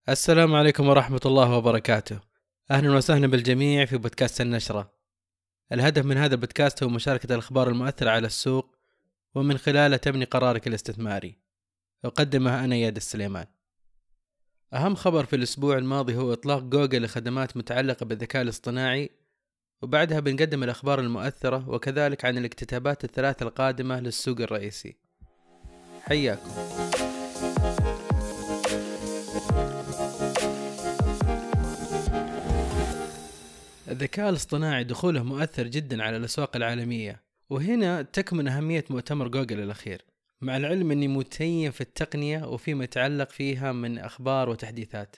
السلام عليكم ورحمة الله وبركاته. أهلا وسهلا بالجميع في بودكاست النشرة. الهدف من هذا البودكاست هو مشاركة الأخبار المؤثرة على السوق ومن خلالها تبني قرارك الاستثماري. أقدمها أنا ياد السليمان. أهم خبر في الأسبوع الماضي هو إطلاق جوجل لخدمات متعلقة بالذكاء الاصطناعي، وبعدها بنقدم الأخبار المؤثرة وكذلك عن الاكتتابات الثلاث القادمة للسوق الرئيسي. حياكم. الذكاء الاصطناعي دخوله مؤثر جدا على الأسواق العالمية، وهنا تكمن أهمية مؤتمر جوجل الأخير، مع العلم أني متيم في التقنية وفيما يتعلق فيها من أخبار وتحديثات.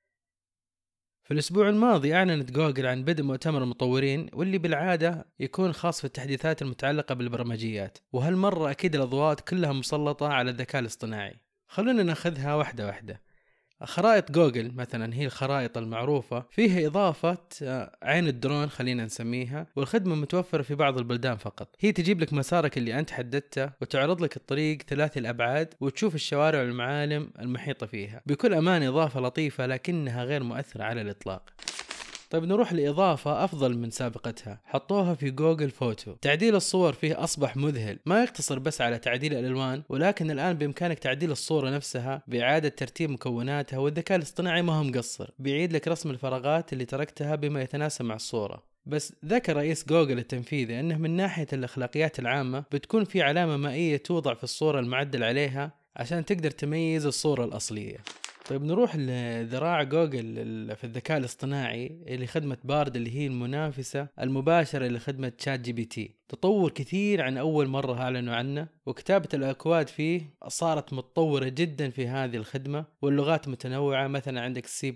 في الأسبوع الماضي أعلنت جوجل عن بدء مؤتمر المطورين، واللي بالعادة يكون خاص في التحديثات المتعلقة بالبرمجيات، وهالمرة أكيد الأضواء كلها مسلطة على الذكاء الاصطناعي. خلونا ناخذها واحدة واحدة. خرائط جوجل مثلا هي الخرائط المعروفة، فيها إضافة عين الدرون خلينا نسميها، والخدمة متوفرة في بعض البلدان فقط. هي تجيب لك مسارك اللي أنت حددته وتعرض لك الطريق ثلاثي الأبعاد وتشوف الشوارع والمعالم المحيطة فيها. بكل أمان إضافة لطيفة لكنها غير مؤثرة على الإطلاق. طيب نروح لإضافة أفضل من سابقتها، حطوها في جوجل فوتو. تعديل الصور فيه أصبح مذهل، ما يقتصر بس على تعديل الألوان، ولكن الآن بإمكانك تعديل الصورة نفسها بإعادة ترتيب مكوناتها، والذكاء الاصطناعي ما هو مقصر، بيعيد لك رسم الفراغات اللي تركتها بما يتناسب مع الصورة. بس ذكر رئيس جوجل التنفيذي أنه من ناحية الأخلاقيات العامة بتكون في علامة مائية توضع في الصورة المعدل عليها عشان تقدر تميز الصورة الأصلية. طيب نروح لذراع جوجل في الذكاء الاصطناعي اللي خدمة بارد، اللي هي المنافسة المباشرة لخدمة شات جي بي تي. تطور كثير عن أول مرة أعلنوا عنه، وكتابة الأكواد فيه صارت متطورة جدا في هذه الخدمة، واللغات متنوعة، مثلا عندك C++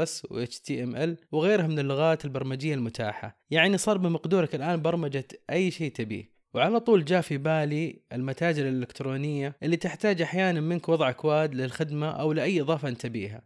و HTML وغيرها من اللغات البرمجية المتاحة. يعني صار بمقدورك الآن برمجة أي شيء تبيه. وعلى طول جاء في بالي المتاجر الإلكترونية اللي تحتاج أحيانا منك وضع أكواد للخدمة أو لأي إضافة أنت بيها.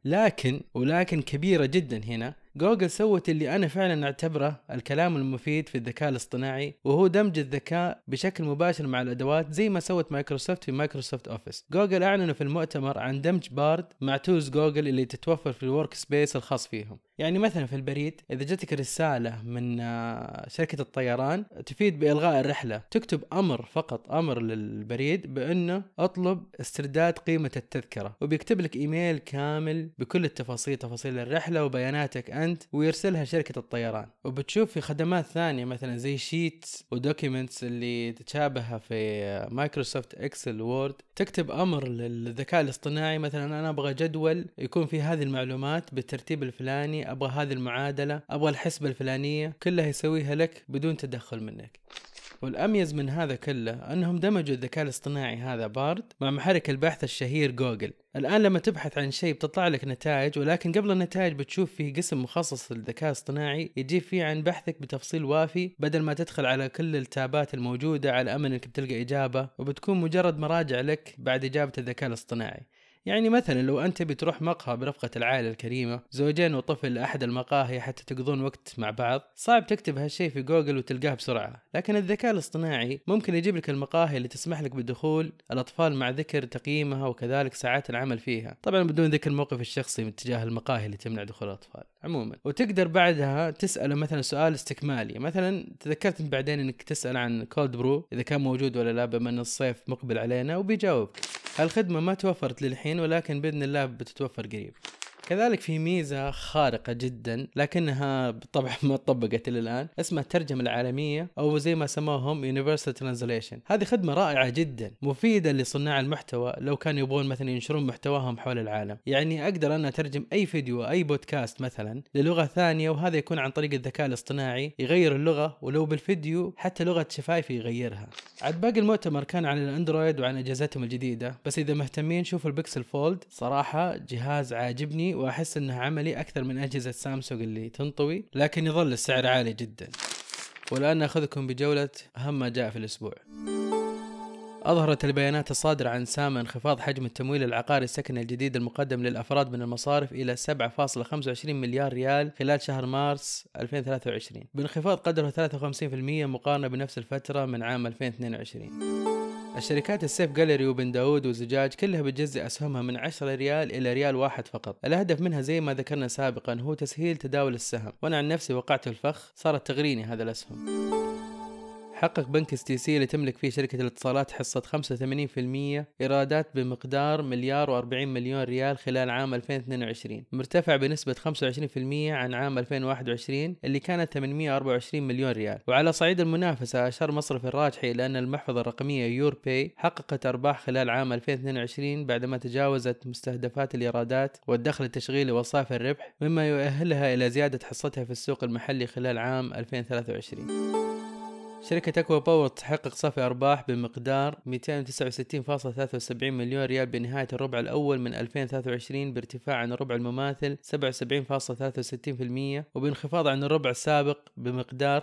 ولكن كبيرة جدا هنا، جوجل سوت اللي أنا فعلا أعتبره الكلام المفيد في الذكاء الاصطناعي، وهو دمج الذكاء بشكل مباشر مع الأدوات زي ما سوت مايكروسوفت في مايكروسوفت أوفيس. جوجل أعلنوا في المؤتمر عن دمج بارد مع تولز جوجل اللي تتوفر في الورك سبيس الخاص فيهم. يعني مثلا في البريد إذا جتك رسالة من شركة الطيران تفيد بإلغاء الرحلة، تكتب فقط أمر للبريد بأنه أطلب استرداد قيمة التذكرة، وبيكتب لك إيميل كامل بكل التفاصيل، تفاصيل الرحلة وبياناتك أنت، ويرسلها شركة الطيران. وبتشوف في خدمات ثانية مثلا زي شيتس ودوكيمنتس اللي تشابهها في مايكروسوفت إكسل وورد، تكتب أمر للذكاء الاصطناعي مثلا أنا أبغى جدول يكون في هذه المعلومات بالترتيب الفلاني، أبغى هذه المعادلة، أبغى الحسبة الفلانية، كلها يسويها لك بدون تدخل منك. والأميز من هذا كله أنهم دمجوا الذكاء الاصطناعي هذا بارد مع محرك البحث الشهير جوجل. الآن لما تبحث عن شيء بتطلع لك نتائج، ولكن قبل النتائج بتشوف فيه قسم مخصص للذكاء الاصطناعي يجيب فيه عن بحثك بتفصيل وافي، بدل ما تدخل على كل التابات الموجودة على أمل أنك بتلقى إجابة، وبتكون مجرد مراجع لك بعد إجابة الذكاء الاصطناعي. يعني مثلا لو أنت بتروح مقهى برفقة العائلة الكريمة، زوجين وطفل لأحد المقاهي حتى تقضون وقت مع بعض، صعب تكتب هالشيء في جوجل وتلقاه بسرعة، لكن الذكاء الاصطناعي ممكن يجيب لك المقاهي اللي تسمح لك بدخول الأطفال مع ذكر تقييمها وكذلك ساعات العمل فيها، طبعا بدون ذكر الموقف الشخصي من تجاه المقاهي اللي تمنع دخول الأطفال عموما. وتقدر بعدها تسأله مثلا سؤال استكمالي، مثلا تذكرت بعدين انك تسأل عن كولد برو اذا كان موجود ولا لا بما ان الصيف مقبل علينا، وبيجاوبك. هالخدمة ما توفرت للحين، ولكن بإذن الله بتتوفر قريب. كذلك في ميزة خارقة جدا لكنها بالطبع ما طبقت إلى الآن، اسمها الترجمة العالمية أو زي ما سموهم Universal Translation. هذه خدمة رائعة جدا مفيدة لصناع المحتوى لو كانوا يبغون مثلا ينشرون محتواهم حول العالم. يعني أقدر أنا أترجم أي فيديو أي بودكاست مثلا للغة ثانية، وهذا يكون عن طريق الذكاء الاصطناعي يغير اللغة، ولو بالفيديو حتى لغة شفايفي يغيرها. عاد باقي المؤتمر كان عن الأندرويد وعن أجهزتهم الجديدة، بس إذا مهتمين شوفوا البيكسل فولد، صراحة جهاز عاجبني وأحس أنه عملي أكثر من أجهزة سامسونج اللي تنطوي، لكن يظل السعر عالي جدا. والآن نأخذكم بجولة أهم ما جاء في الأسبوع. أظهرت البيانات الصادرة عن سام انخفاض حجم التمويل العقاري السكني الجديد المقدم للأفراد من المصارف إلى 7.25 مليار ريال خلال شهر مارس 2023، بانخفاض قدره 53% مقارنة بنفس الفترة من عام 2022. الشركات السيف جاليري وبن داود وزجاج كلها بتجزئ أسهمها من 10 ريال إلى ريال واحد فقط. الهدف منها زي ما ذكرنا سابقا هو تسهيل تداول السهم، وأنا عن نفسي وقعت الفخ، صارت تغريني هذا الأسهم. حقق بنك STC اللي تملك فيه شركة الاتصالات حصة 85% إيرادات بمقدار $140 مليون خلال عام 2022، مرتفع بنسبة 25% عن عام 2021 اللي كانت $824 مليون. وعلى صعيد المنافسة أشار مصرف الراجحي إلى أن المحفظة الرقمية يورباي حققت أرباح خلال عام 2022 بعدما تجاوزت مستهدفات الإيرادات والدخل التشغيلي وصافي الربح، مما يؤهلها إلى زيادة حصتها في السوق المحلي خلال عام 2023. شركة أكوا باور تحقق صافي أرباح بمقدار 269.73 مليون ريال بنهاية الربع الأول من 2023 بارتفاع عن الربع المماثل 77.63% وبانخفاض عن الربع السابق بمقدار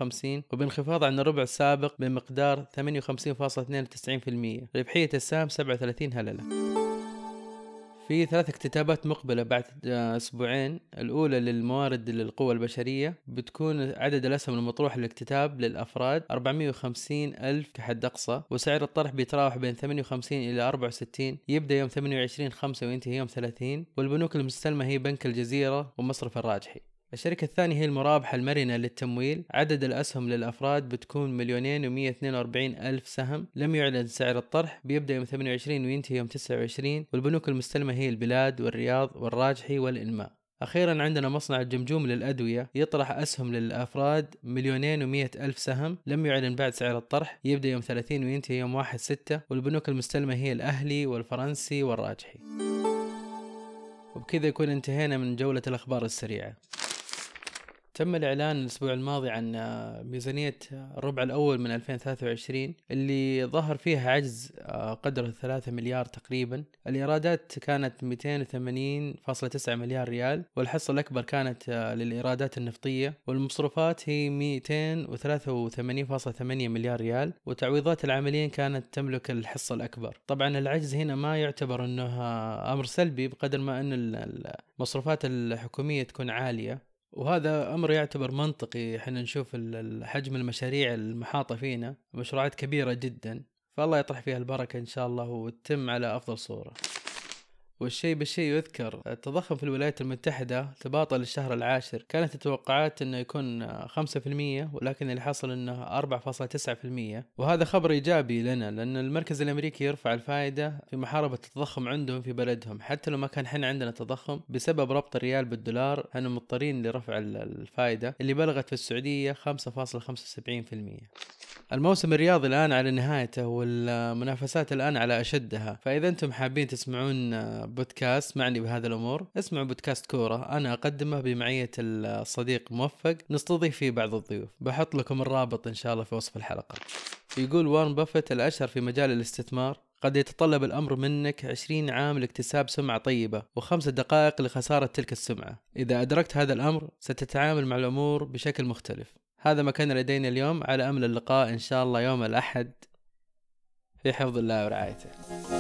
58.92%. ربحية السهم 37 هللة. في 3 اكتتابات مقبلة بعد أسبوعين. الأولى للموارد للقوى البشرية، بتكون عدد الأسهم المطروح للاكتتاب للأفراد 450,000 كحد أقصى، وسعر الطرح بيتراوح بين 58 إلى 64، يبدأ يوم 28/5 وينتهي يوم 30. والبنوك المستلمة هي بنك الجزيرة ومصرف الراجحي. الشركة الثانية هي المرابحة المرنة للتمويل، عدد الأسهم للأفراد بتكون 2,142,000 سهم، لم يعلن سعر الطرح، بيبدأ يوم 28 وينتهي يوم 29. والبنوك المستلمة هي البلاد والرياض والراجحي والإنماء. أخيرا عندنا مصنع الجمجوم للأدوية يطرح أسهم للأفراد 2,100,000 سهم، لم يعلن بعد سعر الطرح، يبدأ يوم 30 وينتهي يوم 1/6. والبنوك المستلمة هي الأهلي والفرنسي والراجحي. وبكذا يكون انتهينا من جولة الأخبار السريعة. تم الإعلان الأسبوع الماضي عن ميزانية الربع الأول من 2023 اللي ظهر فيها عجز قدره 3 مليار تقريبا. الإيرادات كانت 280.9 مليار ريال، والحصة الأكبر كانت للإيرادات النفطية، والمصروفات هي 283.8 مليار ريال، وتعويضات العاملين كانت تملك الحصة الأكبر. طبعا العجز هنا ما يعتبر أنه أمر سلبي بقدر ما أن المصروفات الحكومية تكون عالية، وهذا أمر يعتبر منطقي. حنا نشوف حجم المشاريع المحاطة فينا مشروعات كبيرة جدا، فالله يطرح فيها البركة إن شاء الله وتتم على أفضل صورة. والشيء بالشيء يذكر، التضخم في الولايات المتحدة تباطأ للشهر العاشر، كانت التوقعات أنه يكون 5%، ولكن اللي حصل أنه 4.9%، وهذا خبر إيجابي لنا لأن المركز الأمريكي يرفع الفائدة في محاربة التضخم عندهم في بلدهم. حتى لو ما كان حنا عندنا تضخم بسبب ربط الريال بالدولار، هنو مضطرين لرفع الفائدة اللي بلغت في السعودية 5.75%. الموسم الرياضي الآن على نهايته، والمنافسات الآن على أشدها، فإذا أنتم حابين تسمعون بودكاست معني بهذا الأمور، اسمعوا بودكاست كورة، أنا أقدمه بمعية الصديق موفق، نستضيف فيه بعض الضيوف، بحط لكم الرابط إن شاء الله في وصف الحلقة. يقول وارن بافيت الأشهر في مجال الاستثمار: قد يتطلب الأمر منك 20 عام لاكتساب سمعة طيبة و5 دقائق لخسارة تلك السمعة. إذا أدركت هذا الأمر ستتعامل مع الأمور بشكل مختلف. هذا ما كان لدينا اليوم، على أمل اللقاء إن شاء الله يوم الأحد، في حفظ الله ورعايته.